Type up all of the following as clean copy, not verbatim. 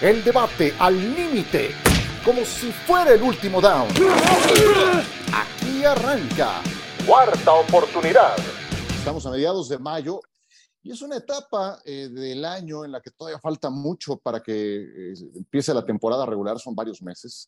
El debate al límite, como si fuera el último down. Aquí arranca Cuarta Oportunidad. Estamos a mediados de mayo y es una etapa del año en la que todavía falta mucho para que empiece la temporada regular, son varios meses.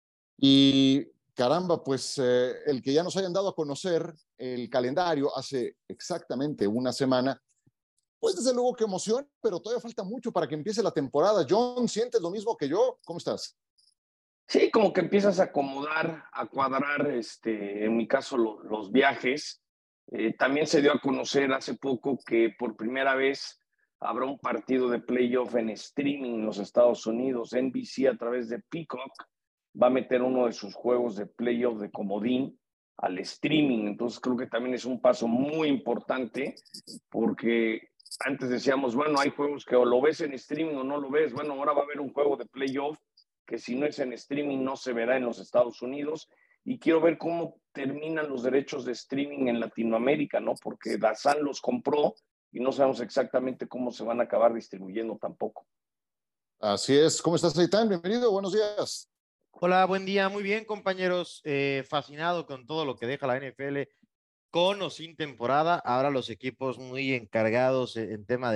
Y caramba, pues el que ya nos hayan dado a conocer el calendario hace exactamente una semana, pues desde luego que emociona, pero todavía falta mucho para que empiece la temporada. John, ¿sientes lo mismo que yo? ¿Cómo estás? Sí, como que empiezas a acomodar, a cuadrar, en mi caso, los viajes. También se dio a conocer hace poco que por primera vez habrá un partido de playoff en streaming en los Estados Unidos. NBC, a través de Peacock, va a meter uno de sus juegos de playoff de comodín al streaming. Entonces creo que también es un paso muy importante, porque antes decíamos, bueno, hay juegos que o lo ves en streaming o no lo ves. Bueno, ahora va a haber un juego de playoff que si no es en streaming no se verá en los Estados Unidos, y quiero ver cómo terminan los derechos de streaming en Latinoamérica, ¿no? Porque DAZN los compró y no sabemos exactamente cómo se van a acabar distribuyendo tampoco. Así es. ¿Cómo estás, Aitán? Bienvenido, buenos días. Hola, buen día. Muy bien, compañeros. Fascinado con todo lo que deja la NFL, con o sin temporada. Ahora los equipos muy encargados en tema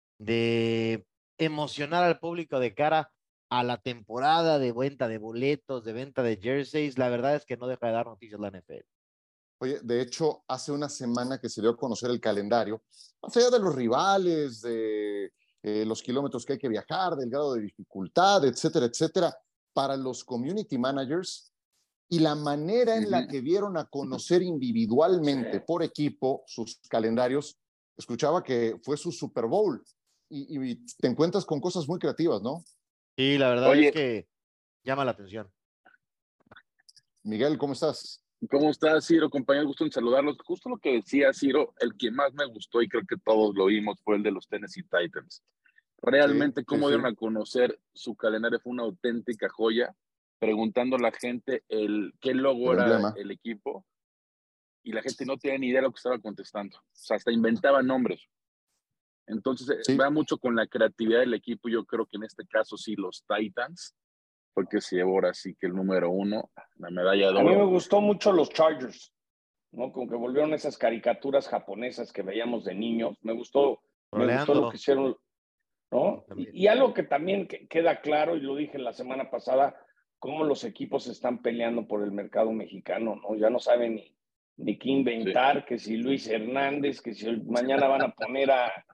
de emocionar al público de cara a la temporada, de venta de boletos, de venta de jerseys. La verdad es que no deja de dar noticias la NFL. Oye, de hecho, hace una semana que se dio a conocer el calendario, más allá de los rivales, de los kilómetros que hay que viajar, del grado de dificultad, etcétera, etcétera, para los community managers y la manera en la que dieron a conocer individualmente por equipo sus calendarios, escuchaba que fue su Super Bowl y te encuentras con cosas muy creativas, ¿no? Sí, la verdad es que llama la atención. Miguel, ¿cómo estás? ¿Cómo estás, Ciro? Compañero, gusto en saludarlos. Justo lo que decía Ciro, el que más me gustó, y creo que todos lo vimos, fue el de los Tennessee Titans. Realmente, cómo dieron a conocer su calendario, fue una auténtica joya, preguntando a la gente qué logo era el equipo, y la gente no tenía ni idea de lo que estaba contestando. O sea, hasta inventaban nombres. Entonces, va mucho con la creatividad del equipo. Yo creo que en este caso sí, los Titans, porque se llevó ahora sí que el número 1, la medalla de oro. A mí me gustó mucho los Chargers, ¿no? Como que volvieron esas caricaturas japonesas que veíamos de niños. Me gustó lo que hicieron, ¿no? Y algo que también queda claro, y lo dije la semana pasada, cómo los equipos están peleando por el mercado mexicano, ¿no? Ya no saben ni qué inventar, que si Luis Hernández, que si mañana van a poner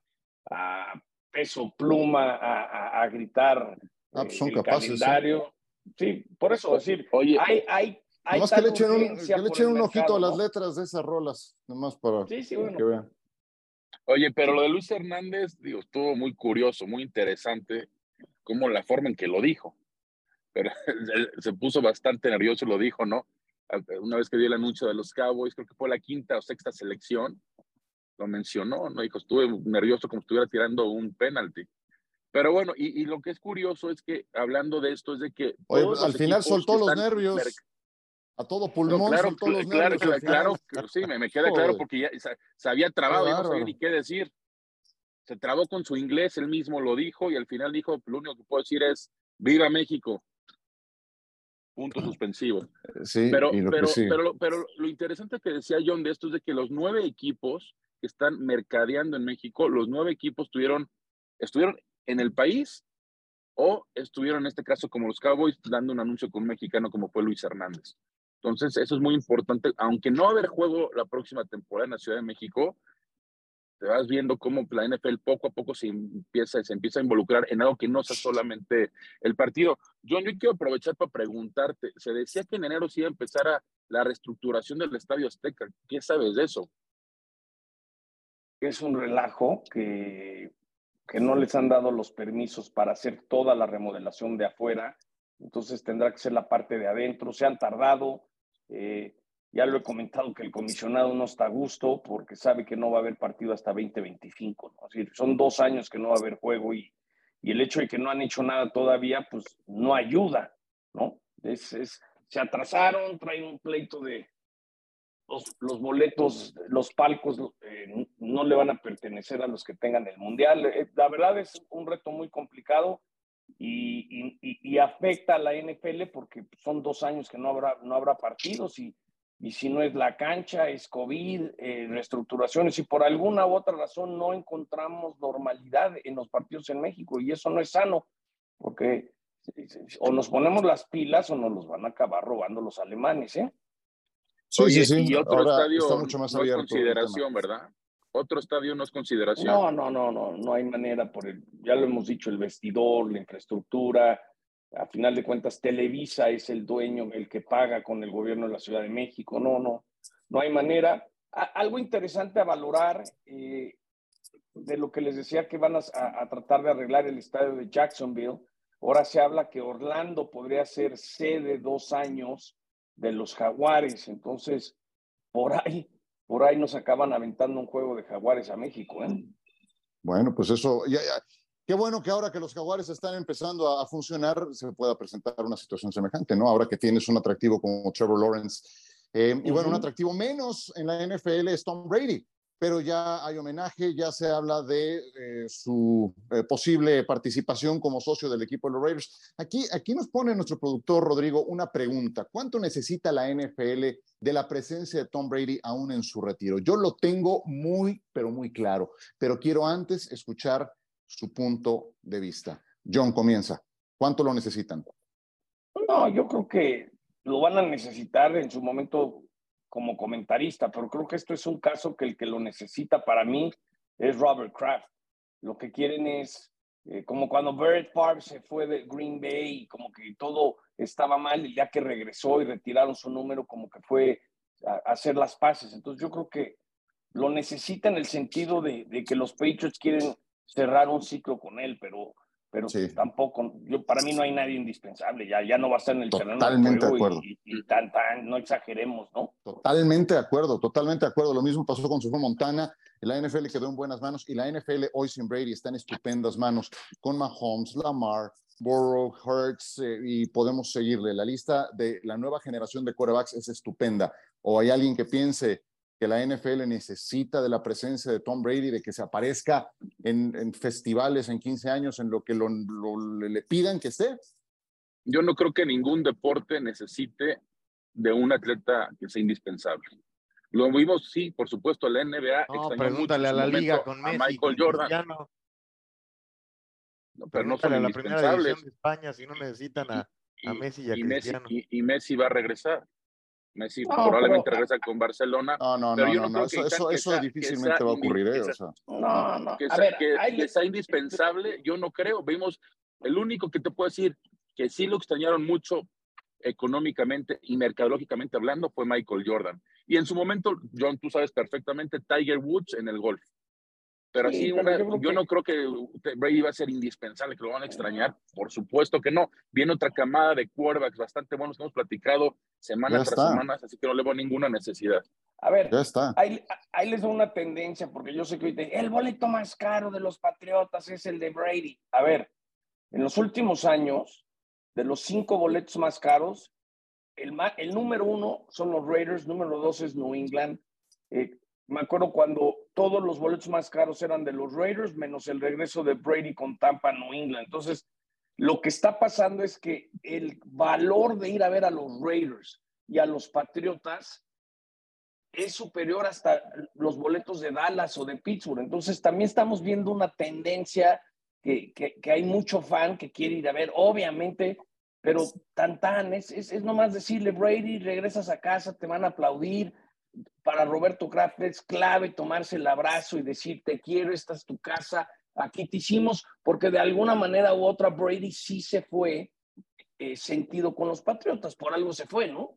a Peso Pluma a gritar pues son el capaces, calendario. Sí, por eso decir, oye, hay nomás que le echen un ojito a las letras de esas rolas, nomás para que vean. Oye, pero lo de Luis Hernández, digo, estuvo muy curioso, muy interesante, como la forma en que lo dijo. Pero se puso bastante nervioso, lo dijo, ¿no? Una vez que dio el anuncio de los Cowboys, creo que fue la 5ª o 6ª selección, lo mencionó, ¿no? Dijo, estuve nervioso como si estuviera tirando un penalti. Pero bueno, y lo que es curioso es que, hablando de esto, es de que oye, al final soltó los nervios, a todo pulmón, claro, soltó los claro, nervios. Claro, sí, me queda claro, porque ya se había trabado, ya no sabía ni qué decir. Se trabó con su inglés, él mismo lo dijo, y al final dijo, lo único que puedo decir es, ¡viva México! Punto suspensivo. Sí, pero lo interesante que decía John de esto es de que los 9 equipos que están mercadeando en México, los 9 equipos estuvieron en el país o estuvieron en este caso como los Cowboys dando un anuncio con un mexicano como fue Luis Hernández. Entonces eso es muy importante, aunque no va a haber juego la próxima temporada en la Ciudad de México, te vas viendo cómo la NFL poco a poco se empieza a involucrar en algo que no sea solamente el partido. John, yo quiero aprovechar para preguntarte, se decía que en enero sí iba a empezar la reestructuración del Estadio Azteca. ¿Qué sabes de eso? Es un relajo que no les han dado los permisos para hacer toda la remodelación de afuera, entonces tendrá que ser la parte de adentro. Se han tardado, ya lo he comentado que el comisionado no está a gusto porque sabe que no va a haber partido hasta 2025, ¿no? Es decir, son 2 años que no va a haber juego, y el hecho de que no han hecho nada todavía, pues no ayuda, ¿no? Se atrasaron, traen un pleito de los boletos, los palcos no le van a pertenecer a los que tengan el mundial. La verdad es un reto muy complicado. y afecta a la NFL porque son 2 años que no habrá partidos y si no es la cancha, es COVID, reestructuraciones y por alguna u otra razón no encontramos normalidad en los partidos en México y eso no es sano porque o nos ponemos las pilas o nos los van a acabar robando los alemanes, ¿eh? Sí, Oye, sí, sí. y otro Ahora estadio está mucho más no es abierto el tema. consideración, ¿verdad? Otro estadio no es consideración. No hay manera ya lo hemos dicho, el vestidor, la infraestructura, a final de cuentas Televisa es el dueño, el que paga con el gobierno de la Ciudad de México, no hay manera. Algo interesante a valorar de lo que les decía que van a tratar de arreglar el estadio de Jacksonville, ahora se habla que Orlando podría ser sede 2 años de los Jaguares, entonces por ahí nos acaban aventando un juego de Jaguares a México, ¿eh? Bueno, pues eso, qué bueno que ahora que los Jaguares están empezando a funcionar, se pueda presentar una situación semejante, ¿no? Ahora que tienes un atractivo como Trevor Lawrence, y bueno, un atractivo menos en la NFL es Tom Brady, pero ya hay homenaje, ya se habla de su posible participación como socio del equipo de los Raiders. Aquí nos pone nuestro productor Rodrigo una pregunta. ¿Cuánto necesita la NFL de la presencia de Tom Brady aún en su retiro? Yo lo tengo muy, pero muy claro, pero quiero antes escuchar su punto de vista. John, comienza. ¿Cuánto lo necesitan? No, yo creo que lo van a necesitar en su momento como comentarista, pero creo que esto es un caso que el que lo necesita para mí es Robert Kraft. Lo que quieren es, como cuando Brett Favre se fue de Green Bay, como que todo estaba mal y ya que regresó y retiraron su número, como que fue a hacer las paces. Entonces yo creo que lo necesita en el sentido de que los Patriots quieren cerrar un ciclo con él, pero Sí. tampoco, para mí no hay nadie indispensable, ya no va a estar en el terreno de Totalmente de juego acuerdo. y no exageremos, ¿no? Totalmente de acuerdo, totalmente de acuerdo. Lo mismo pasó con Sufo Montana. La NFL quedó en buenas manos y la NFL hoy sin Brady está en estupendas manos con Mahomes, Lamar, Burrow, Hurts y podemos seguirle. La lista de la nueva generación de quarterbacks es estupenda. ¿O hay alguien que piense que la NFL necesita de la presencia de Tom Brady, de que se aparezca en festivales en 15 años, en lo que le pidan que esté? Yo no creo que ningún deporte necesite de un atleta que sea indispensable. Lo vimos, sí, por supuesto, la NBA No, extrañó mucho en pregúntale a su la liga momento con a Messi, Michael con Jordan. Cristiano. No, pero no son Pregúntale a la primera división indispensables. de España si no necesitan a Messi y a Cristiano. Messi va a regresar. Messi No, probablemente pero, regresa con Barcelona, No, pero yo no creo eso difícilmente va a ocurrir, o sea, a ver, que sea indispensable, yo no creo. Vimos, el único que te puedo decir que sí lo extrañaron mucho económicamente y mercadológicamente hablando fue Michael Jordan. Y en su momento, John, tú sabes perfectamente, Tiger Woods en el golf. Pero sí, así, pero yo no creo que Brady va a ser indispensable, que lo van a extrañar. Por supuesto que no. Viene otra camada de quarterbacks bastante buenos que hemos platicado semana tras semana, así que no le veo ninguna necesidad. A ver, ya está. Ahí les doy una tendencia, porque yo sé que ahorita el boleto más caro de los Patriotas es el de Brady. A ver, en los últimos años, de los 5 boletos más caros, el número 1 son los Raiders, número 2 es New England. Me acuerdo cuando todos los boletos más caros eran de los Raiders, menos el regreso de Brady con Tampa a New England. Entonces, lo que está pasando es que el valor de ir a ver a los Raiders y a los Patriotas es superior hasta los boletos de Dallas o de Pittsburgh. Entonces, también estamos viendo una tendencia que hay mucho fan que quiere ir a ver, obviamente, pero es nomás decirle, Brady, regresas a casa, te van a aplaudir. Para Roberto Kraft es clave tomarse el abrazo y decir, te quiero, esta es tu casa, aquí te hicimos, porque de alguna manera u otra Brady sí se fue sentido con los Patriotas, por algo se fue, ¿no?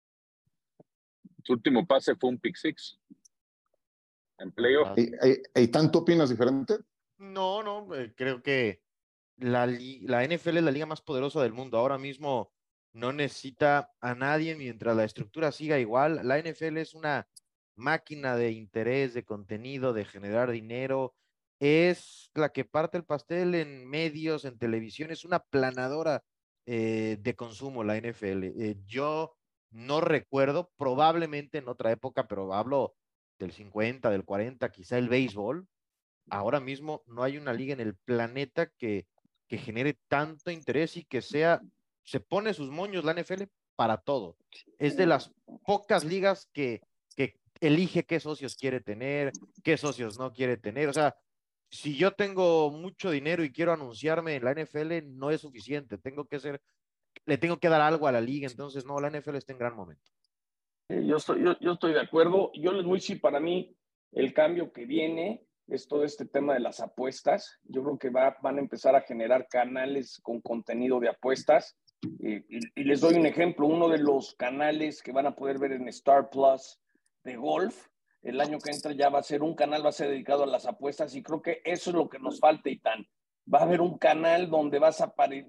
Su último pase fue un pick six en playoff. ¿Y tanto opinas diferente? No, creo que la NFL es la liga más poderosa del mundo. Ahora mismo no necesita a nadie mientras la estructura siga igual. La NFL es una máquina de interés, de contenido, de generar dinero. Es la que parte el pastel en medios, en televisión. Es una planadora de consumo la NFL. Yo no recuerdo, probablemente en otra época, pero hablo del 50, del 40, quizá el béisbol. Ahora mismo no hay una liga en el planeta que que genere tanto interés y que se pone sus moños la NFL para todo. Es de las pocas ligas que elige qué socios quiere tener, qué socios no quiere tener. O sea, si yo tengo mucho dinero y quiero anunciarme en la NFL, no es suficiente. Le tengo que dar algo a la liga. Entonces, no, la NFL está en gran momento. Yo estoy de acuerdo. Yo les voy a decir, para mí, el cambio que viene es todo este tema de las apuestas. Yo creo que van a empezar a generar canales con contenido de apuestas. Y les doy un ejemplo. Uno de los canales que van a poder ver en Star Plus de golf, el año que entra ya va a ser un canal, va a ser dedicado a las apuestas. Y creo que eso es lo que nos falta, Itán. Va a haber un canal donde va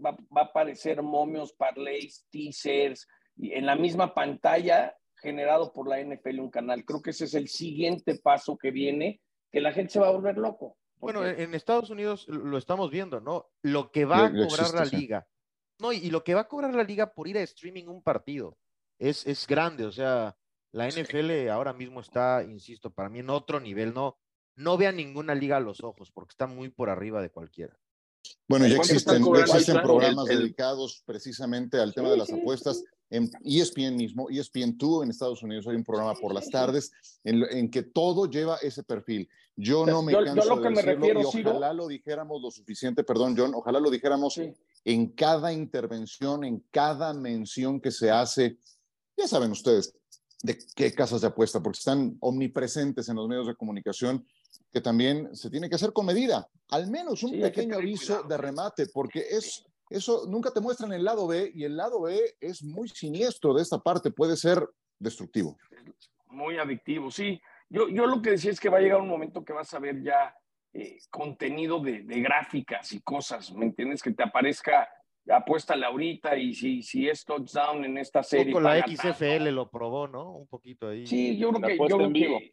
a aparecer momios, parlays, teasers, y en la misma pantalla generado por la NFL un canal. Creo que ese es el siguiente paso que viene, que la gente se va a volver loco. Bueno, en Estados Unidos lo estamos viendo, ¿no? Lo que va a cobrar la liga. No, y lo que va a cobrar la liga por ir a streaming un partido es grande. O sea, la NFL ahora mismo está, insisto, para mí en otro nivel. No vean ninguna liga a los ojos porque está muy por arriba de cualquiera. Bueno, ya existen programas dedicados precisamente al tema de las apuestas. En ESPN mismo, ESPN2 en Estados Unidos hay un programa por las tardes en que todo lleva ese perfil. Yo no me canso de decirlo, y ojalá lo dijéramos lo suficiente, perdón, John, ojalá lo dijéramos en cada intervención, en cada mención que se hace. Ya saben ustedes de qué casas de apuesta, porque están omnipresentes en los medios de comunicación, que también se tiene que hacer con medida, al menos un pequeño aviso de remate, porque eso nunca te muestran el lado B, y el lado B es muy siniestro de esta parte, puede ser destructivo. Muy adictivo, sí. Yo lo que decía es que va a llegar un momento que vas a ver ya contenido de gráficas y cosas, ¿me entiendes? Que te aparezca, apuéstale ahorita, y si es touchdown en esta serie. Un poco la XFL lo probó, ¿no? Un poquito ahí. Sí, yo creo que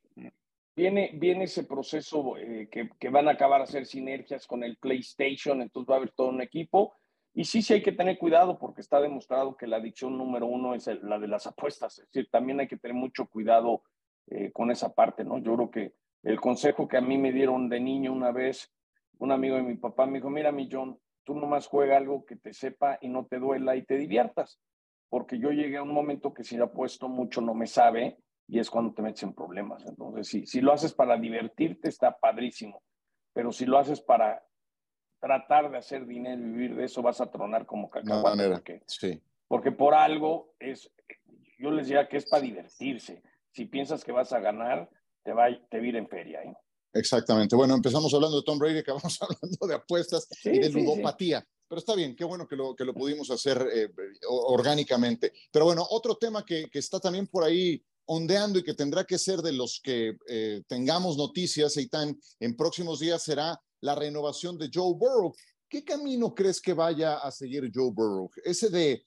viene ese proceso que van a acabar a hacer sinergias con el PlayStation, entonces va a haber todo un equipo. Y sí hay que tener cuidado porque está demostrado que la adicción número uno es la de las apuestas. Es decir, también hay que tener mucho cuidado con esa parte, ¿no? Yo creo que el consejo que a mí me dieron de niño una vez, un amigo de mi papá me dijo, mira, mi John, tú nomás juega algo que te sepa y no te duela y te diviertas. Porque yo llegué a un momento que si apuesto mucho no me sabe y es cuando te metes en problemas. Entonces, si lo haces para divertirte, está padrísimo. Pero si lo haces para tratar de hacer dinero y vivir de eso, vas a tronar como cacahuate. Porque por algo yo les diría que es para divertirse. Si piensas que vas a ganar, te va a ir en feria. Exactamente. Bueno, empezamos hablando de Tom Brady, acabamos hablando de apuestas y de ludopatía. Pero está bien, qué bueno que lo pudimos hacer orgánicamente. Pero bueno, otro tema que está también por ahí ondeando y que tendrá que ser de los que tengamos noticias, Eitan, en próximos días será la renovación de Joe Burrow. ¿Qué camino crees que vaya a seguir Joe Burrow? ¿Ese de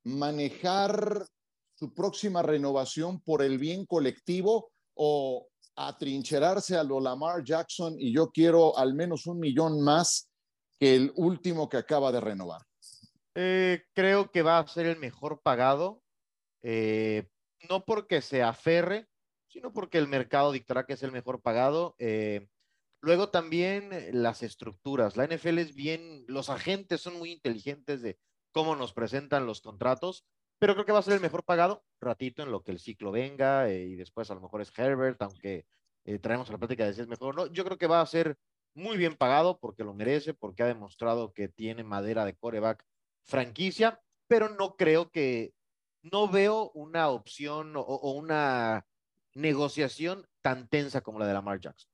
manejar su próxima renovación por el bien colectivo o atrincherarse a lo Lamar Jackson y yo quiero al menos 1 millón más que el último que acaba de renovar? Creo que va a ser el mejor pagado, no porque se aferre, sino porque el mercado dictará que es el mejor pagado. Luego también las estructuras. La NFL los agentes son muy inteligentes de cómo nos presentan los contratos, pero creo que va a ser el mejor pagado, ratito en lo que el ciclo venga, y después a lo mejor es Herbert, aunque traemos la plática de si es mejor. No, yo creo que va a ser muy bien pagado porque lo merece, porque ha demostrado que tiene madera de quarterback franquicia, pero no veo una opción o una negociación tan tensa como la de Lamar Jackson.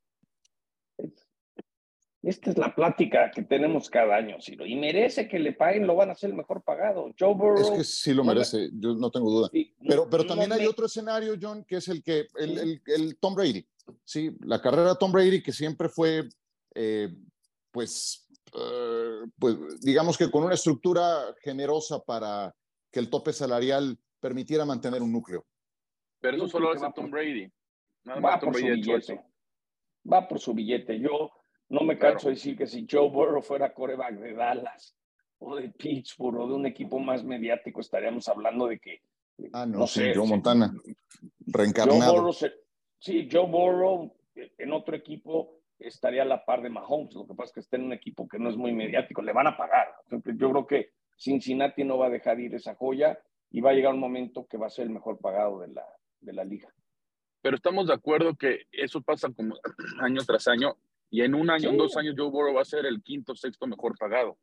Esta es la plática que tenemos cada año, Ciro, y merece que le paguen, lo van a hacer el mejor pagado. Joe Burrow, es que sí lo merece, yo no tengo duda. Sí, pero también hay otro escenario, John, que es el Tom Brady. Sí, la carrera de Tom Brady, que siempre fue, pues digamos que con una estructura generosa para que el tope salarial permitiera mantener un núcleo. Pero eso solo hace Tom Brady. Nada más Tom Brady ha hecho eso. Va por su billete. Yo no me canso de decir que si Joe Burrow fuera quarterback de Dallas o de Pittsburgh o de un equipo más mediático, estaríamos hablando de que no sé, Joe Montana reencarnado. Joe Burrow en otro equipo estaría a la par de Mahomes. Lo que pasa es que está en un equipo que no es muy mediático, le van a pagar. Yo creo que Cincinnati no va a dejar ir esa joya y va a llegar un momento que va a ser el mejor pagado de la liga. Pero estamos de acuerdo que eso pasa como año tras año, y en un año, en 2 años, Joe Burrow va a ser el quinto o sexto mejor pagado.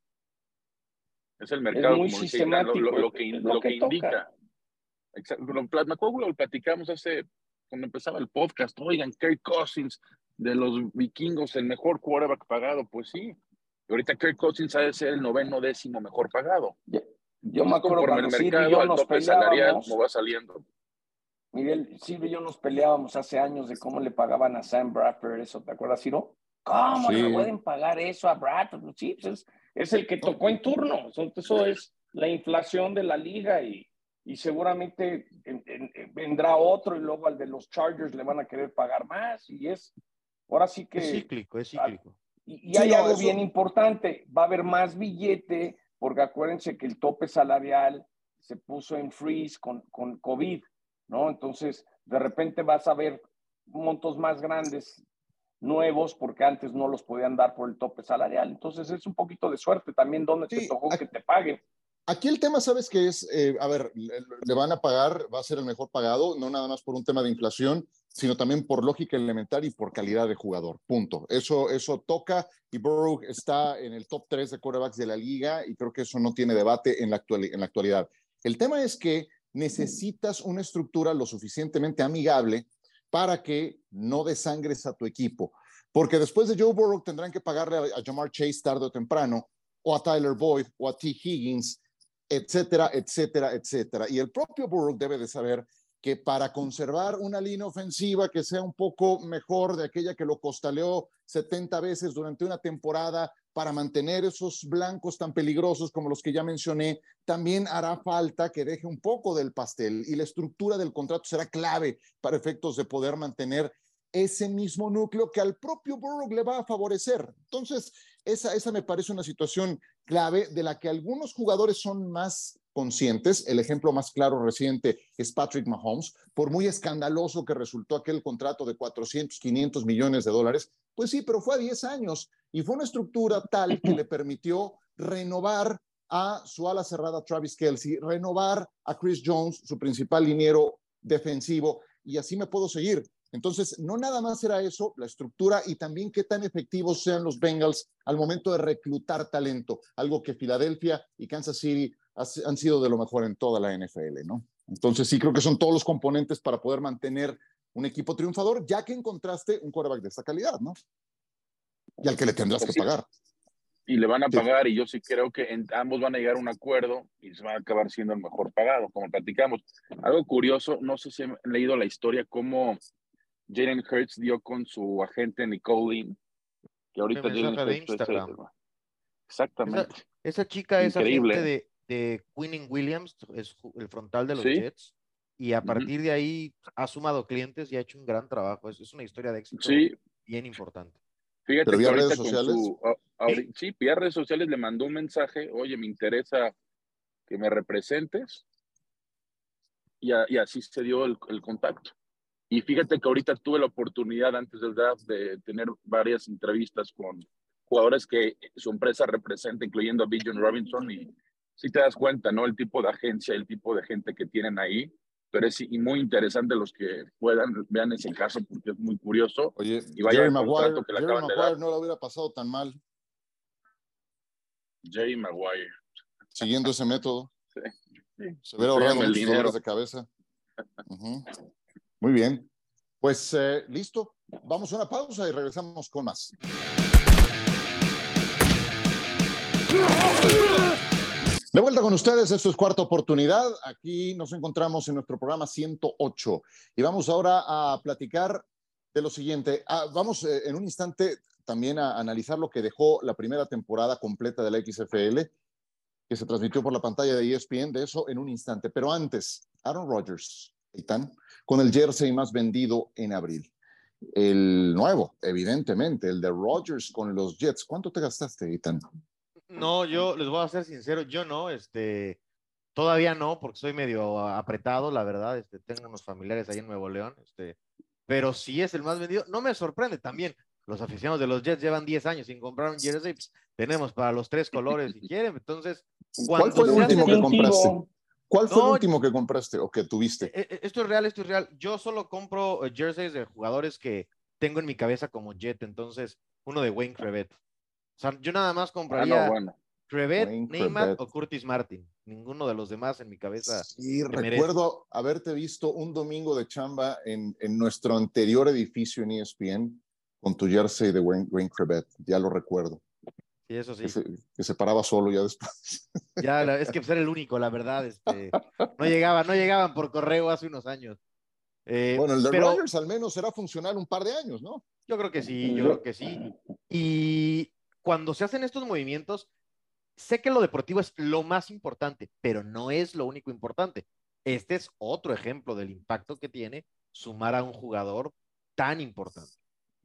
Es el mercado, es muy como dice Itán, sistemático, lo que indica. Exacto. Me acuerdo lo platicamos cuando empezaba el podcast. Oigan, Kirk Cousins de los vikingos, el mejor quarterback pagado. Pues sí. Y ahorita Kirk Cousins ha de ser el 9º, 10º mejor pagado. Yo me acuerdo conforme cuando el Silvio y mercado yo al nos tope salarial, peleábamos. como va saliendo. Miguel, Silvio y yo nos peleábamos hace años de cómo le pagaban a Sam Bradford eso. ¿Te acuerdas, Ciro? ¿Cómo Sí. le pueden pagar eso a Bradford? Sí, pues es el que tocó en turno. Eso es la inflación de la liga y seguramente vendrá otro y luego al de los Chargers le van a querer pagar más ahora sí que... Es cíclico. Y hay algo bien importante, va a haber más billete porque acuérdense que el tope salarial se puso en freeze con COVID, ¿no? Entonces, de repente vas a ver montos más grandes nuevos porque antes no los podían dar por el tope salarial. Entonces, es un poquito de suerte también donde te tocó que te paguen. Aquí el tema, ¿sabes qué es? A ver, le van a pagar, va a ser el mejor pagado, no nada más por un tema de inflación, sino también por lógica elemental y por calidad de jugador, punto. Eso toca, y Burrow está en el top 3 de quarterbacks de la liga, y creo que eso no tiene debate en la actualidad. El tema es que necesitas una estructura lo suficientemente amigable para que no desangres a tu equipo, porque después de Joe Burrow tendrán que pagarle a Ja'Marr Chase tarde o temprano, o a Tyler Boyd, o a T. Higgins, etcétera, etcétera, etcétera. Y el propio Burrow debe de saber que para conservar una línea ofensiva que sea un poco mejor de aquella que lo costaleó 70 veces durante una temporada, para mantener esos blancos tan peligrosos como los que ya mencioné, también hará falta que deje un poco del pastel, y la estructura del contrato será clave para efectos de poder mantener ese mismo núcleo que al propio Burrow le va a favorecer. Entonces, esa me parece una situación clave de la que algunos jugadores son más conscientes. El ejemplo más claro reciente es Patrick Mahomes. Por muy escandaloso que resultó aquel contrato de 400, 500 millones de dólares, pues sí, pero fue a 10 años y fue una estructura tal que le permitió renovar a su ala cerrada Travis Kelce, renovar a Chris Jones, su principal liniero defensivo, y así me puedo seguir. Entonces, no nada más era eso, la estructura, y también qué tan efectivos sean los Bengals al momento de reclutar talento, algo que Filadelfia y Kansas City han sido de lo mejor en toda la NFL, ¿no? Entonces, sí, creo que son todos los componentes para poder mantener un equipo triunfador, ya que encontraste un quarterback de esta calidad, ¿no? Y al que le tendrás que pagar. Y le van a pagar, y yo sí creo que ambos van a llegar a un acuerdo y se van a acabar siendo el mejor pagado, como platicamos. Algo curioso, no sé si han leído la historia, cómo Jalen Hurts dio con su agente Nicole Lynn, que ahorita Jalen Mensaje de Hurts Instagram. Exactamente. Esa chica Increíble. es agente de Quinnen Williams, es el frontal de los ¿Sí? Jets, y a partir de ahí ha sumado clientes y ha hecho un gran trabajo. Es una historia de éxito bien importante. Fíjate ¿pero que vía ahorita redes con sociales? sí, vía redes sociales le mandó un mensaje: oye, me interesa que me representes, y así se dio el contacto. Y fíjate que ahorita tuve la oportunidad antes del draft de tener varias entrevistas con jugadores que su empresa representa, incluyendo a Bijan Robinson, y sí te das cuenta, ¿no? El tipo de agencia, el tipo de gente que tienen ahí, pero es muy interesante. Los que puedan, vean ese caso porque es muy curioso. Oye, y vaya Jerry el contrato Maguire, que le acaban de dar. no lo hubiera pasado tan mal. Jerry Maguire. Siguiendo ese método. Sí. Se hubiera ahorrado muchos dolores de cabeza. Muy bien. Pues listo. Vamos a una pausa y regresamos con más. De vuelta con ustedes, esto es Cuarta Oportunidad. Aquí nos encontramos en nuestro programa 108 y vamos ahora a platicar de lo siguiente. Vamos en un instante también a analizar lo que dejó la primera temporada completa de la XFL, que se transmitió por la pantalla de ESPN, de eso en un instante. Pero antes, Aaron Rodgers, Eitan, con el jersey más vendido en abril. El nuevo, evidentemente, el de Rodgers con los Jets. ¿Cuánto te gastaste, Eitan? No, yo les voy a ser sincero, yo no, todavía no, porque soy medio apretado, la verdad, tengo unos familiares ahí en Nuevo León, pero sí es el más vendido. No me sorprende también, Los aficionados de los Jets llevan 10 años sin comprar un jersey, pues, tenemos para los 3 colores si quieren. Entonces, ¿cuál fue el último que compraste? ¿Cuál fue el No, último que compraste o que tuviste? Esto es real, esto es real. Yo solo compro jerseys de jugadores que tengo en mi cabeza como Jet, entonces uno de Wayne Chrebet. O sea, yo nada más compraría Chrebet, Neymar o Curtis Martin. Ninguno de los demás en mi cabeza. Sí, recuerdo haberte visto un domingo de chamba en nuestro anterior edificio en ESPN con tu jersey de Wayne Chrebet. Ya lo recuerdo. Sí, eso sí. Que se paraba solo ya después. Ya, es que era el único, la verdad. No llegaban por correo hace unos años. Bueno, el de Rodgers al menos será funcional un par de años, ¿no? Yo creo que sí. Y cuando se hacen estos movimientos, sé que lo deportivo es lo más importante, pero no es lo único importante. Este es otro ejemplo del impacto que tiene sumar a un jugador tan importante.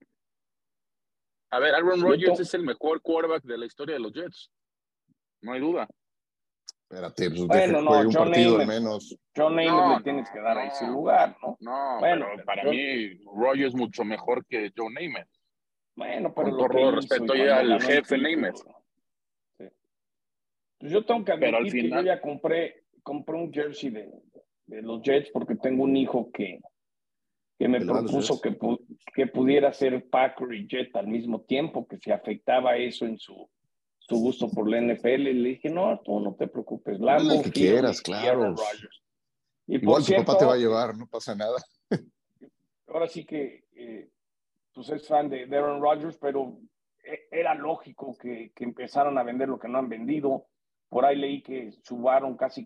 A ver, Aaron Rodgers es el mejor quarterback de la historia de los Jets. No hay duda. Espérate, pues bueno, no, un partido al menos. John Namath le tienes que dar ahí su lugar, ¿no? No, bueno, pero para mí Rodgers es mucho mejor que John Namath. Bueno, pero con todo respeto ya al jefe Namath. Sí. Pues yo tengo que admitir que yo ya compré un jersey de los Jets porque tengo un hijo que me propuso que pudiera ser Packer y Jet al mismo tiempo, que se afectaba eso en su gusto por la NFL. Y le dije, no, tú no te preocupes. Lambo, que quieras, claro. Y igual tu papá te va a llevar, no pasa nada. Ahora sí que pues es fan de Aaron Rodgers, pero era lógico que empezaran a vender lo que no han vendido. Por ahí leí que subaron casi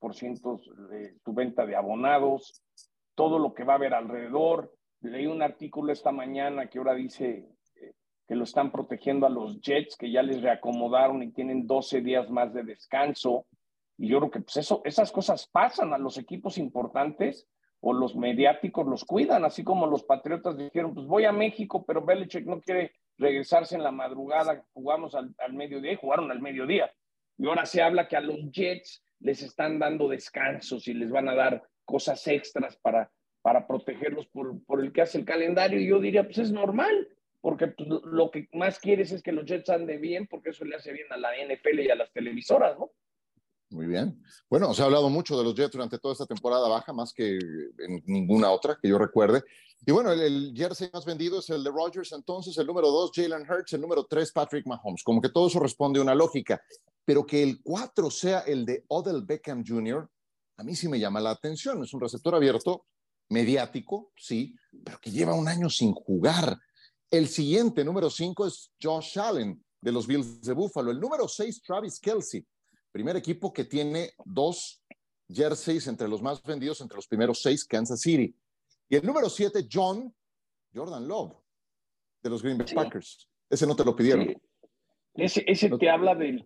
500% de su venta de abonados, todo lo que va a haber alrededor. Leí un artículo esta mañana que ahora dice que lo están protegiendo a los Jets, que ya les reacomodaron y tienen 12 días más de descanso. Y yo creo que pues esas cosas pasan a los equipos importantes, o los mediáticos los cuidan, así como los Patriotas dijeron, pues voy a México, pero Belichick no quiere regresarse en la madrugada, jugamos al mediodía, y jugaron al mediodía. Y ahora se habla que a los Jets les están dando descansos y les van a dar cosas extras para protegerlos por el que hace el calendario. Y yo diría, pues es normal, porque pues, lo que más quieres es que los Jets anden bien, porque eso le hace bien a la NFL y a las televisoras, ¿no? Muy bien. Bueno, se ha hablado mucho de los Jets durante toda esta temporada baja, más que en ninguna otra que yo recuerde. Y bueno, el jersey más vendido es el de Rodgers, entonces el número 2, Jalen Hurts, el número 3, Patrick Mahomes. Como que todo eso responde a una lógica, pero que el 4 sea el de Odell Beckham Jr., a mí sí me llama la atención. Es un receptor abierto, mediático, sí, pero que lleva un año sin jugar. El siguiente, número 5, es Josh Allen, de los Bills de Buffalo. El número 6, Travis Kelce. Primer equipo que tiene 2 jerseys entre los más vendidos entre los primeros 6, Kansas City. Y el número 7, Jordan Love, de los Green Bay Packers. Ese no te lo pidieron. Sí. Ese te habla del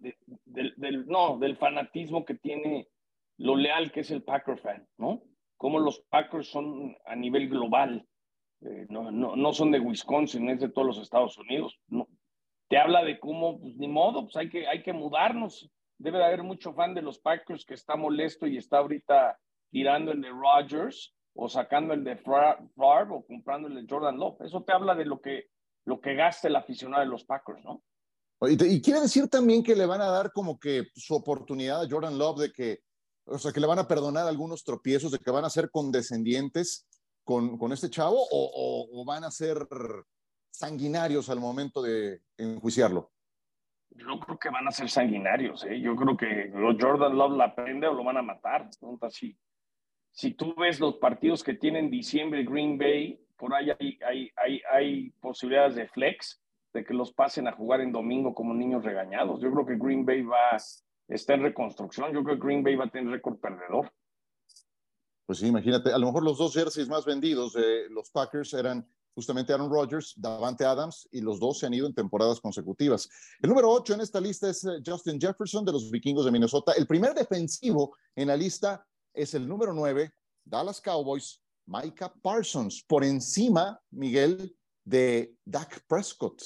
fanatismo que tiene, lo leal que es el Packer fan, ¿no? Como los Packers son a nivel global. No son de Wisconsin, es de todos los Estados Unidos. No. Te habla de cómo, pues ni modo, pues hay que mudarnos. Debe de haber mucho fan de los Packers que está molesto y está ahorita tirando el de Rodgers o sacando el de Favre o comprando el de Jordan Love. Eso te habla de lo que gasta el aficionado de los Packers, ¿no? Y quiere decir también que le van a dar como que su oportunidad a Jordan Love de que, o sea, que le van a perdonar algunos tropiezos, de que van a ser condescendientes con este chavo o van a ser sanguinarios al momento de enjuiciarlo. Yo creo que van a ser sanguinarios, ¿eh? Yo creo que Jordan Love la prende o lo van a matar. Si tú ves los partidos que tienen diciembre Green Bay, por ahí hay posibilidades de flex, de que los pasen a jugar en domingo como niños regañados. Yo creo que Green Bay está en reconstrucción. Yo creo que Green Bay va a tener récord perdedor. Pues sí, imagínate, a lo mejor los 2 jerseys más vendidos de los Packers eran justamente Aaron Rodgers, Davante Adams, y los 2 se han ido en temporadas consecutivas. El número 8 en esta lista es Justin Jefferson, de los Vikingos de Minnesota. El primer defensivo en la lista es el número 9, Dallas Cowboys, Micah Parsons, por encima, Miguel, de Dak Prescott.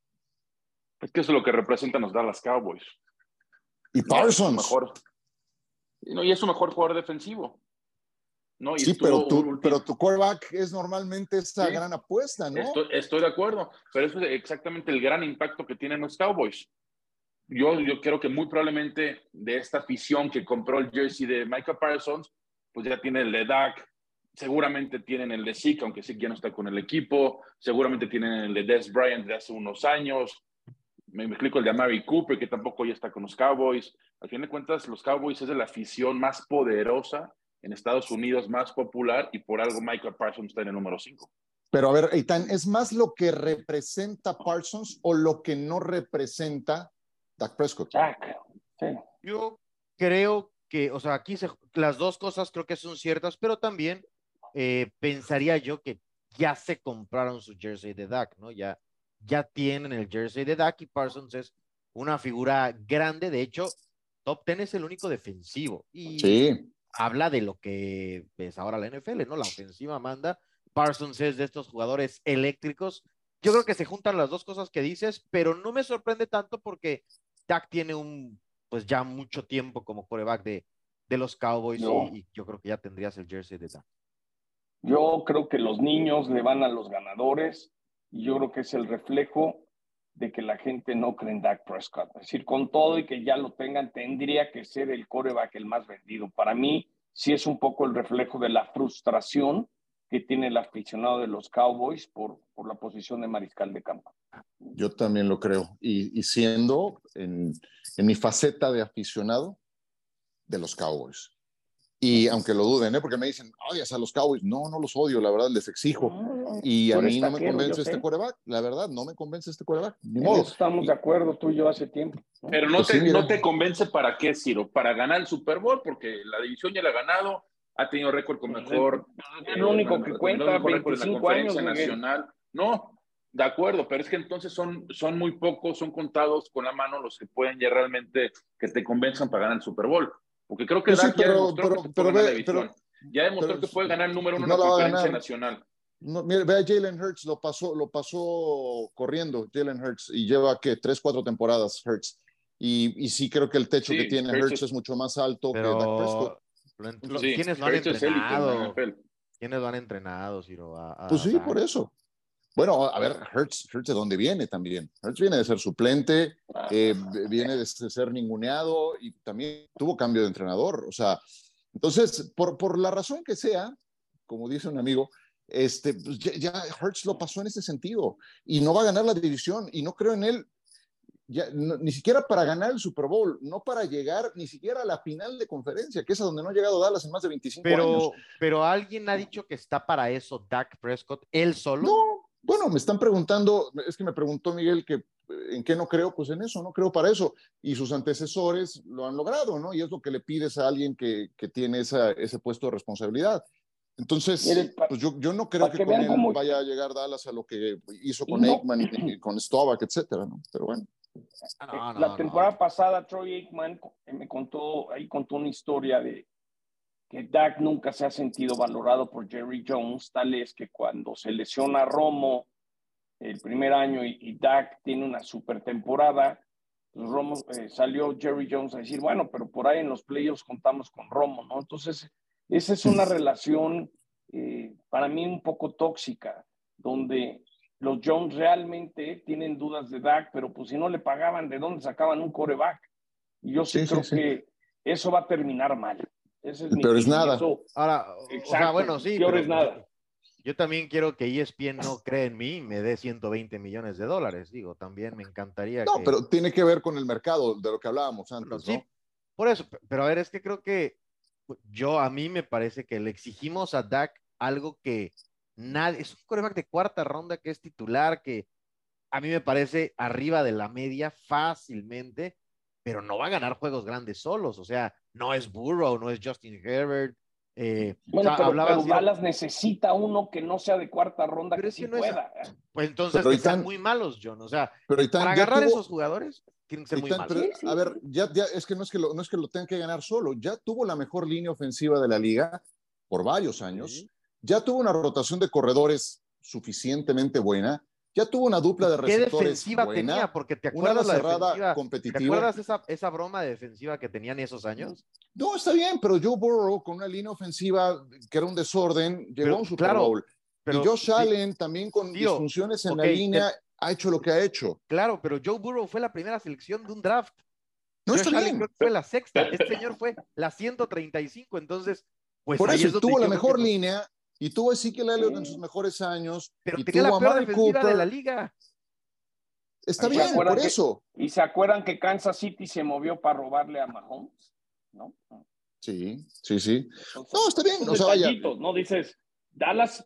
Es que eso es lo que representan los Dallas Cowboys. Y Parsons. Y es su mejor jugador defensivo. ¿no? Y Sí, pero tu quarterback es normalmente esa gran apuesta, ¿no? Estoy de acuerdo, pero eso es exactamente el gran impacto que tienen los Cowboys. Yo creo que muy probablemente de esta afición que compró el jersey de Micah Parsons, pues ya tiene el de Dak, seguramente tienen el de Zeke, aunque Zeke ya no está con el equipo, seguramente tienen el de Dez Bryant de hace unos años, me explico el de Amari Cooper, que tampoco ya está con los Cowboys. Al fin de cuentas, los Cowboys es de la afición más poderosa en Estados Unidos, más popular, y por algo Michael Parsons está en el número 5. Pero a ver, Eitan, ¿es más lo que representa Parsons o lo que no representa Dak Prescott? Sí. Yo creo que, o sea, aquí las dos cosas creo que son ciertas, pero también pensaría yo que ya se compraron su jersey de Dak, ¿no? Ya tienen el jersey de Dak y Parsons es una figura grande. De hecho, top 10 es el único defensivo. Y sí. Habla de lo que es ahora la NFL, ¿no? La ofensiva manda. Parsons es de estos jugadores eléctricos. Yo creo que se juntan las dos cosas que dices, pero no me sorprende tanto porque Dak tiene pues ya mucho tiempo como quarterback de los Cowboys y yo creo que ya tendrías el jersey de Dak. Yo creo que los niños le van a los ganadores y yo creo que es el reflejo de que la gente no cree en Dak Prescott. Es decir, con todo y que ya lo tengan, tendría que ser el quarterback el más vendido. Para mí, sí es un poco el reflejo de la frustración que tiene el aficionado de los Cowboys por la posición de mariscal de campo. Yo también lo creo. Y siendo en mi faceta de aficionado de los Cowboys. Y aunque lo duden, porque me dicen, odias a los Cowboys. No, no los odio, la verdad, les exijo. Y a mí no me convence este quarterback. La verdad, no me convence este quarterback. Ni modo. Estamos de acuerdo tú y yo hace tiempo. ¿No? Pero no te convence para qué, Ciro. Para ganar el Super Bowl, porque la división ya la ha ganado, ha tenido récord con mejor. Es lo único que cuenta, 25 años. Nacional. No, de acuerdo, pero es que entonces son muy pocos, son contados con la mano los que pueden ya realmente que te convenzan para ganar el Super Bowl. Porque creo que Dak ya demostró que puede ganar la división. Ya demostró que puede ganar el número 1 en la conferencia nacional. No, mire, ve a Jalen Hurts, lo pasó corriendo Jalen Hurts y lleva, ¿qué? 3-4 temporadas Hurts. Y sí creo que el techo que tiene Hurts es mucho más alto que Dak Prescott. ¿Quiénes lo han entrenado? ¿Quiénes lo han entrenado, Ciro? Pues sí, por eso. Bueno, a ver, Hurts ¿de dónde viene también? Hurts viene de ser suplente, viene de ser ninguneado y también tuvo cambio de entrenador. O sea, entonces, por la razón que sea, como dice un amigo, pues ya Hurts lo pasó en ese sentido y no va a ganar la división y no creo en él ni siquiera para ganar el Super Bowl, no para llegar ni siquiera a la final de conferencia, que es a donde no ha llegado Dallas en más de 25 años. Pero alguien ha dicho que está para eso Dak Prescott, él solo. No. Bueno, me están preguntando, es que me preguntó Miguel que en qué no creo, pues en eso, no creo para eso. Y sus antecesores lo han logrado, ¿no? Y es lo que le pides a alguien que tiene ese puesto de responsabilidad. Entonces, pues yo no creo que con él vaya a llegar Dallas a lo que hizo con Aikman y con Staubach, etcétera, ¿no? Pero bueno. La temporada pasada, Troy Aikman contó una historia de que Dak nunca se ha sentido valorado por Jerry Jones, tal es que cuando se lesiona Romo el primer año y Dak tiene una super temporada, pues Romo, salió Jerry Jones a decir, bueno, pero por ahí en los playoffs contamos con Romo, ¿no? Entonces, esa es una relación para mí un poco tóxica, donde los Jones realmente tienen dudas de Dak, pero pues si no le pagaban, ¿de dónde sacaban un quarterback? Y yo sí creo que eso va a terminar mal. Ese es pero es nada. Ahora, exacto, o sea, bueno, sí, peor es nada. Yo también quiero que ESPN no cree en mí y me dé $120 millones. Digo, también me encantaría. No, pero tiene que ver con el mercado de lo que hablábamos antes, ¿no? Sí, por eso. Pero a ver, es que creo que a mí me parece que le exigimos a Dak algo que nadie, es un quarterback de cuarta ronda que es titular, que a mí me parece arriba de la media fácilmente, pero no va a ganar juegos grandes solos. O sea, no es Burrow, no es Justin Herbert. Bueno, pero Dallas necesita uno que no sea de cuarta ronda, pero que sí pueda. Pues entonces que sean muy malos, John. O sea, para agarrar esos jugadores tienen que ser muy malos. Pero, a ver, ya es que no es que lo tengan que ganar solo. Ya tuvo la mejor línea ofensiva de la liga por varios años. Ya tuvo una rotación de corredores suficientemente buena. Ya tuvo una dupla de ¿Qué receptores defensiva buena, tenía? Porque te una acuerdas la cerrada defensiva, competitiva. ¿te acuerdas esa broma de defensiva que tenían esos años? No, está bien, pero Joe Burrow con una línea ofensiva que era un desorden, llegó a un Super Bowl. Pero, y Josh Allen también con disfunciones en la línea ha hecho lo que ha hecho. Claro, pero Joe Burrow fue la primera selección de un draft. No, Josh está Allen bien. creo que fue la sexta. Este señor fue la 135, entonces, pues por ahí eso es donde tuvo la yo creo mejor que línea y tuvo a Ezekiel Elliott en sus mejores años. Pero y tenía tuvo la a peor Amari defensiva Cooper de la liga. Está bien, por eso. ¿Y se acuerdan que Kansas City se movió para robarle a Mahomes? ¿No? Sí, sí, sí. Entonces, no, está bien. Son o sea, vaya. ¿no? Dices, Dallas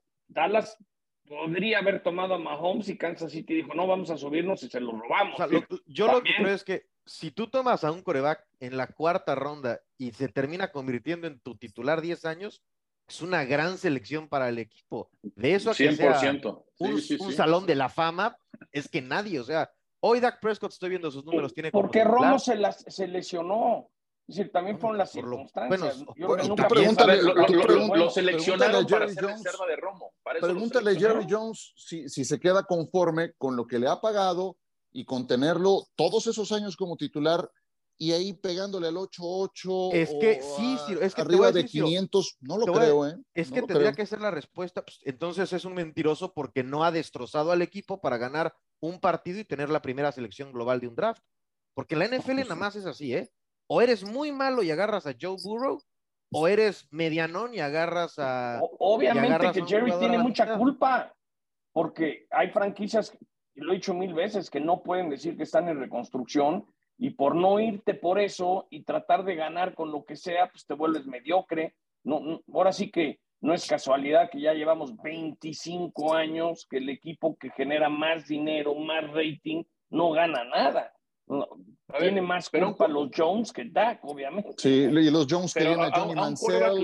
podría haber tomado a Mahomes y Kansas City dijo, no, vamos a subirnos y se lo robamos. O sea, yo lo que creo es que si tú tomas a un quarterback en la cuarta ronda y se termina convirtiendo en tu titular 10 años, es una gran selección para el equipo. De eso a que 100%. sea un salón de la fama, es que nadie, o sea, hoy Dak Prescott, estoy viendo sus números, tiene como porque Romo se lesionó. Es decir, también fueron las circunstancias. Bueno, nunca pregúntale, lo seleccionaron para ser reserva de Romo. Pregúntale a Jerry Jones si se queda conforme con lo que le ha pagado y con tenerlo todos esos años como titular y ahí pegándole al 8-8 es que sí, es que arriba de 500, no lo creo, Es no que lo tendría creo. que ser la respuesta, pues, entonces es un mentiroso porque no ha destrozado al equipo para ganar un partido y tener la primera selección global de un draft. Porque la NFL nada más es así, o eres muy malo y agarras a Joe Burrow, o eres medianón y agarras a... Obviamente que Jerry tiene mucha mitad. culpa, porque hay franquicias, y lo he dicho 1000 veces, que no pueden decir que están en reconstrucción, y por no irte por eso y tratar de ganar con lo que sea, pues te vuelves mediocre. No, ahora sí que no es casualidad que ya llevamos 25 años que el equipo que genera más dinero, más rating, no gana nada. Tiene más culpa los Jones que Dak, obviamente. Sí, y los Jones querían a Johnny Manziel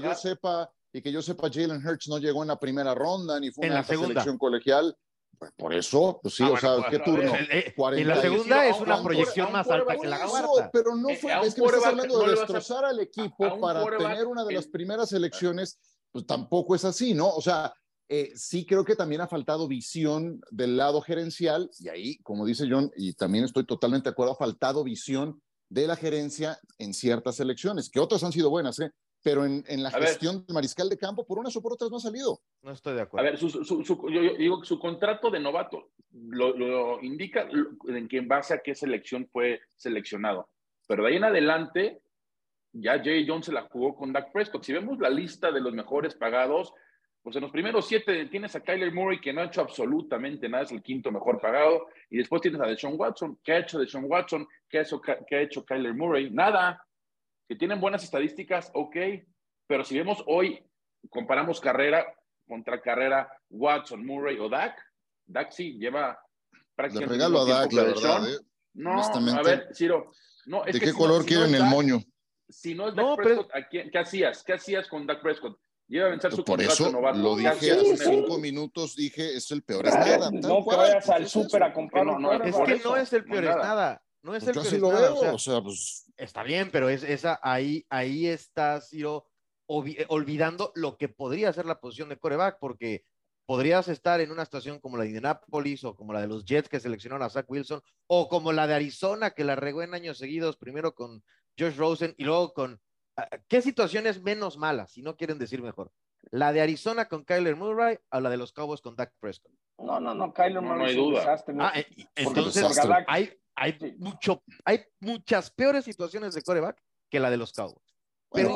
y que yo sepa, Jalen Hurts no llegó en la primera ronda ni fue una selección colegial. Pues por eso, pues sí, ¿qué turno? En la segunda es una proyección más alta que la cuarta. Pero no fue, es que me estás hablando de destrozar al equipo para tener una de las primeras selecciones, pues tampoco es así, ¿no? O sea, sí creo que también ha faltado visión del lado gerencial y ahí, como dice John, y también estoy totalmente de acuerdo, ha faltado visión de la gerencia en ciertas selecciones, que otras han sido buenas, pero en la gestión del mariscal de campo, por unas o por otras no ha salido. No estoy de acuerdo. A ver, yo digo que su contrato de novato lo indica en que en base a qué selección fue seleccionado. Pero de ahí en adelante, ya Jay Jones se la jugó con Dak Prescott. Si vemos la lista de los mejores pagados, pues en los primeros 7 tienes a Kyler Murray, que no ha hecho absolutamente nada, es el 5º mejor pagado, y después tienes a Deshaun Watson. ¿Qué ha hecho Deshaun Watson? ¿Qué ha hecho Kyler Murray? Nada. Que tienen buenas estadísticas, ok, pero si vemos hoy, comparamos carrera contra carrera, Watson, Murray o Dak sí lleva prácticamente... Le regalo a Dak, la verdad, No, a ver, Ciro, no, es ¿de que qué color quieren el moño? Si no es Dak Prescott, ¿qué hacías? ¿Qué hacías con Dak Prescott? Lleva a vencer su por contrato eso novato. Lo dije hace 5 minutos, dije, es el peor es nada. No que vayas al súper a comprar es que no es el peor es nada. No es el yo peor así es lo nada. veo, o sea, pues... Está bien, pero ahí estás, Ciro, olvidando lo que podría ser la posición de quarterback, porque podrías estar en una situación como la de Indianapolis o como la de los Jets que seleccionaron a Zach Wilson, o como la de Arizona que la regó en años seguidos, primero con Josh Rosen y luego con... ¿Qué situaciones menos malas, si no quieren decir mejor? ¿La de Arizona con Kyler Murray o la de los Cowboys con Dak Prescott? No, Kyler Murray no hay duda. Entonces hay muchas peores situaciones de quarterback que la de los Cowboys. Bueno,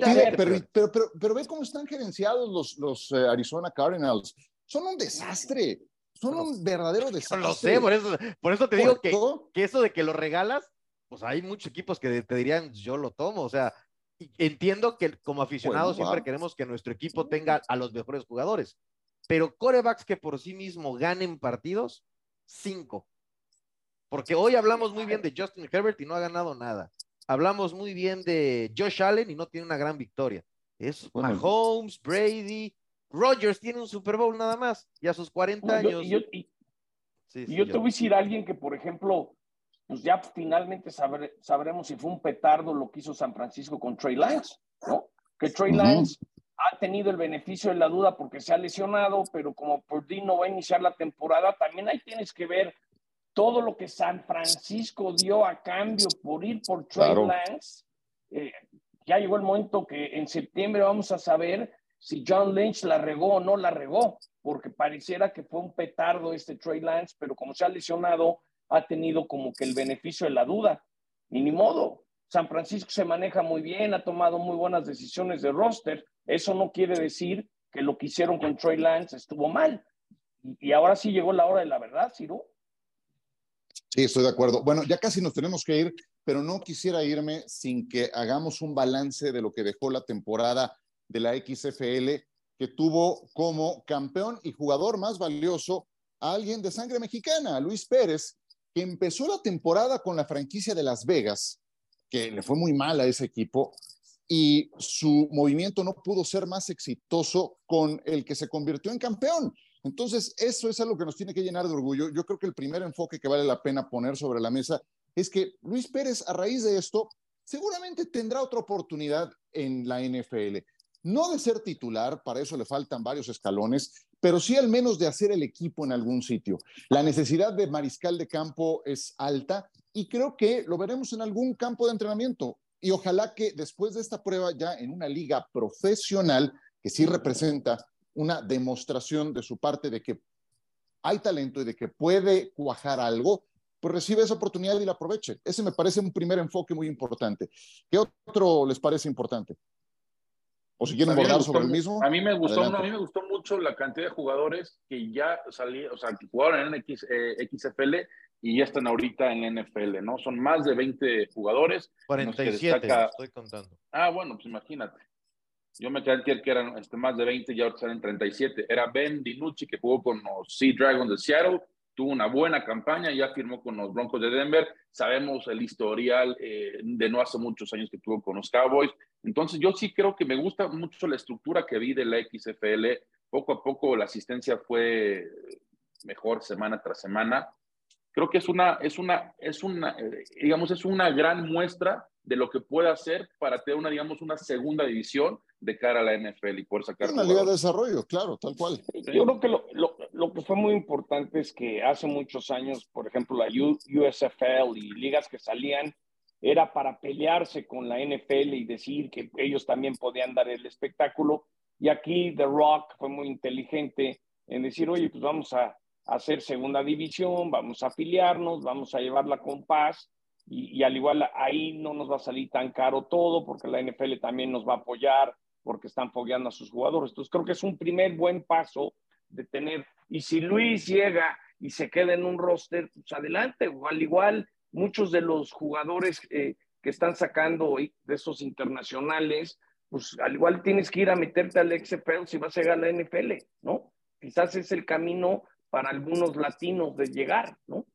pero ve cómo están gerenciados los Arizona Cardinals. Son un desastre. Son un verdadero desastre. Lo sé, por eso te digo que eso de que lo regalas, pues hay muchos equipos que te dirían, yo lo tomo. O sea, entiendo que como aficionados siempre queremos que nuestro equipo tenga a los mejores jugadores, pero quarterbacks que por sí mismo ganen partidos, 5. Porque hoy hablamos muy bien de Justin Herbert y no ha ganado nada. Hablamos muy bien de Josh Allen y no tiene una gran victoria. Es Mahomes, Brady, Rodgers tiene un Super Bowl nada más y a sus 40 años. Yo te voy a decir a alguien que, por ejemplo, pues ya finalmente sabremos si fue un petardo lo que hizo San Francisco con Trey Lance, ¿no? Que Trey Lance ha tenido el beneficio de la duda porque se ha lesionado, pero como Purdy no va a iniciar la temporada, también ahí tienes que ver todo lo que San Francisco dio a cambio por ir por Trey Lance. Ya llegó el momento que en septiembre vamos a saber si John Lynch la regó o no la regó, porque pareciera que fue un petardo Trey Lance, pero como se ha lesionado, ha tenido como que el beneficio de la duda. Y ni modo, San Francisco se maneja muy bien, ha tomado muy buenas decisiones de roster. Eso no quiere decir que lo que hicieron con Trey Lance estuvo mal. Y ahora sí llegó la hora de la verdad, Ciro. Sí, estoy de acuerdo. Bueno, ya casi nos tenemos que ir, pero no quisiera irme sin que hagamos un balance de lo que dejó la temporada de la XFL, que tuvo como campeón y jugador más valioso a alguien de sangre mexicana, a Luis Pérez, que empezó la temporada con la franquicia de Las Vegas, que le fue muy mal a ese equipo, y su movimiento no pudo ser más exitoso con el que se convirtió en campeón. Entonces, eso es algo que nos tiene que llenar de orgullo. Yo creo que el primer enfoque que vale la pena poner sobre la mesa es que Luis Pérez, a raíz de esto, seguramente tendrá otra oportunidad en la NFL. No de ser titular, para eso le faltan varios escalones, pero sí al menos de hacer el equipo en algún sitio. La necesidad de mariscal de campo es alta y creo que lo veremos en algún campo de entrenamiento. Y ojalá que después de esta prueba ya en una liga profesional, que sí representa una demostración de su parte de que hay talento y de que puede cuajar algo, pues recibe esa oportunidad y la aproveche. Ese me parece un primer enfoque muy importante. ¿Qué otro les parece importante? O si quieren abordar sobre el mismo. A mí me gustó mucho la cantidad de jugadores que ya salían, o sea, que jugaron en XFL y ya están ahorita en NFL, ¿no? Son más de 20 jugadores. 47, estoy contando. Ah, bueno, pues imagínate. Yo me quedé que eran más de 20 y ahora salen 37. Era Ben DiNucci, que jugó con los Sea Dragons de Seattle, tuvo una buena campaña, ya firmó con los Broncos de Denver. Sabemos el historial de no hace muchos años que tuvo con los Cowboys. Entonces, yo sí creo que me gusta mucho la estructura que vi de la XFL. Poco a poco la asistencia fue mejor semana tras semana. Creo que es una gran muestra de lo que puede hacer para tener una segunda división de cara a la NFL y poder sacar una liga de desarrollo, claro, tal cual. Yo creo que lo que fue muy importante es que hace muchos años, por ejemplo, la USFL y ligas que salían era para pelearse con la NFL y decir que ellos también podían dar el espectáculo. Y aquí The Rock fue muy inteligente en decir, oye, pues vamos a hacer segunda división, vamos a afiliarnos, vamos a llevarla con paz y al igual ahí no nos va a salir tan caro todo porque la NFL también nos va a apoyar porque están fogueando a sus jugadores. Entonces creo que es un primer buen paso de tener, y si Luis llega y se queda en un roster, pues adelante, o al igual muchos de los jugadores que están sacando de esos internacionales, pues al igual tienes que ir a meterte al XFL si vas a llegar a la NFL, ¿no? Quizás es el camino para algunos latinos de llegar, ¿no?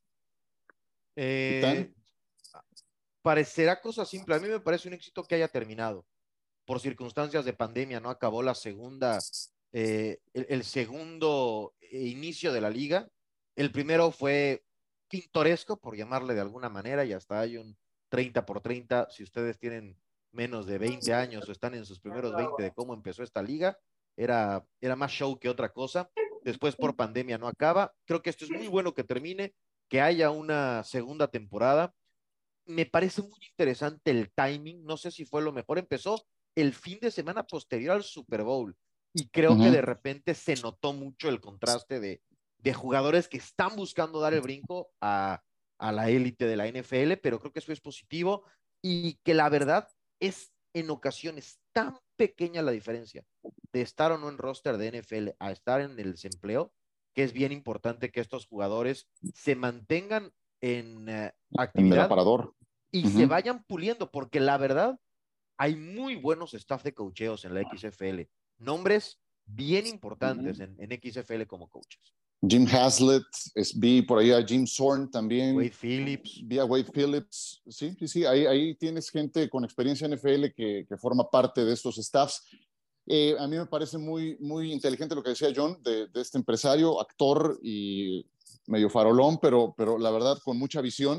Parecerá cosa simple. A mí me parece un éxito que haya terminado. Por circunstancias de pandemia, no acabó la segunda, el segundo inicio de la liga. El primero fue pintoresco, por llamarle de alguna manera, y hasta hay un 30x30. Si ustedes tienen menos de 20 años o están en sus primeros 20 de cómo empezó esta liga, era más show que otra cosa. Después por pandemia no acaba. Creo que esto es muy bueno que termine, que haya una segunda temporada. Me parece muy interesante el timing, no sé si fue lo mejor, empezó el fin de semana posterior al Super Bowl y creo que de repente se notó mucho el contraste de jugadores que están buscando dar el brinco a la élite de la NFL, pero creo que eso es positivo y que la verdad es en ocasiones tan pequeña la diferencia de estar o no en roster de NFL a estar en el desempleo, que es bien importante que estos jugadores se mantengan en actividad y se vayan puliendo, porque la verdad hay muy buenos staff de coacheos en la XFL, nombres bien importantes en XFL como coaches. Jim Haslett, vi por ahí a Jim Zorn también. Wade Phillips. Vi a Wade Phillips. Sí, ahí tienes gente con experiencia en NFL que forma parte de estos staffs. A mí me parece muy, muy inteligente lo que decía John de este empresario, actor y medio farolón, pero la verdad con mucha visión.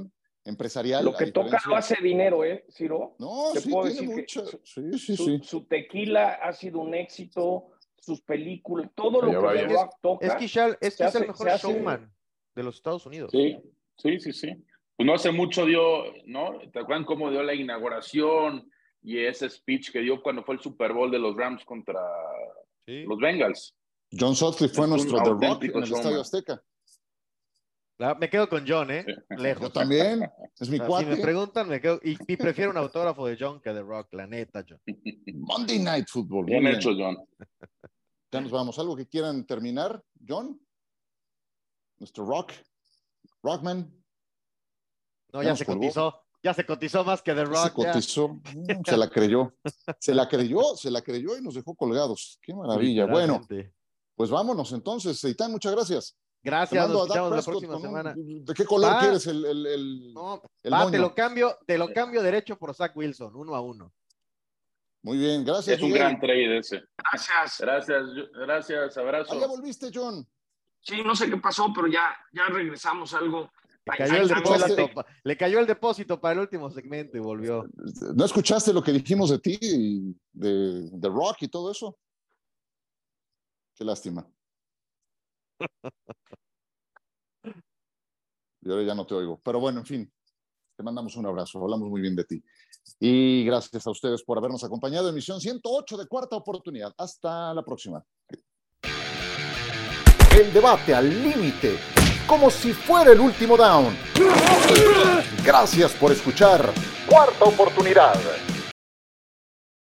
empresarial. Lo que toca no hace dinero, Ciro. No, te sí, puedo tiene decir mucha. que su tequila ha sido un éxito, sus películas, todo lo que The Rock toca. Es que es el mejor showman de los Estados Unidos. Sí. Pues no hace mucho ¿no? ¿Te acuerdan cómo dio la inauguración y ese speech que dio cuando fue el Super Bowl de los Rams contra los Bengals? John Sutcliffe fue nuestro The Rock en el Estadio Azteca. Me quedo con John, lejos. Yo también, es mi cuate. Si me preguntan, me quedo, y prefiero un autógrafo de John que de Rock, la neta, John. Monday Night Football. Bien hecho, John. Ya nos vamos. ¿Algo que quieran terminar, John? Nuestro Rockman. No, ya se cotizó. Ya se cotizó más que The Rock. Se cotizó. Se la creyó. Se la creyó y nos dejó colgados. Qué maravilla. Bueno, pues vámonos entonces. Eitan, muchas gracias. Gracias, nos escuchamos la próxima semana. ¿De qué color quieres el moño? Te lo cambio derecho por Zach Wilson, 1-1. Muy bien, gracias. Es un gran trade ese. Gracias, abrazo. ¿Ya volviste, John? Sí, no sé qué pasó, pero ya regresamos algo. Le cayó el depósito para el último segmento y volvió. ¿No escuchaste lo que dijimos de ti, de Rock y todo eso? Qué lástima. Y ahora ya no te oigo. Pero bueno, en fin, te mandamos un abrazo. Hablamos muy bien de ti. Y gracias a ustedes por habernos acompañado en emisión 108 de Cuarta Oportunidad. Hasta la próxima. El debate al límite, como si fuera el último down. Gracias por escuchar Cuarta Oportunidad.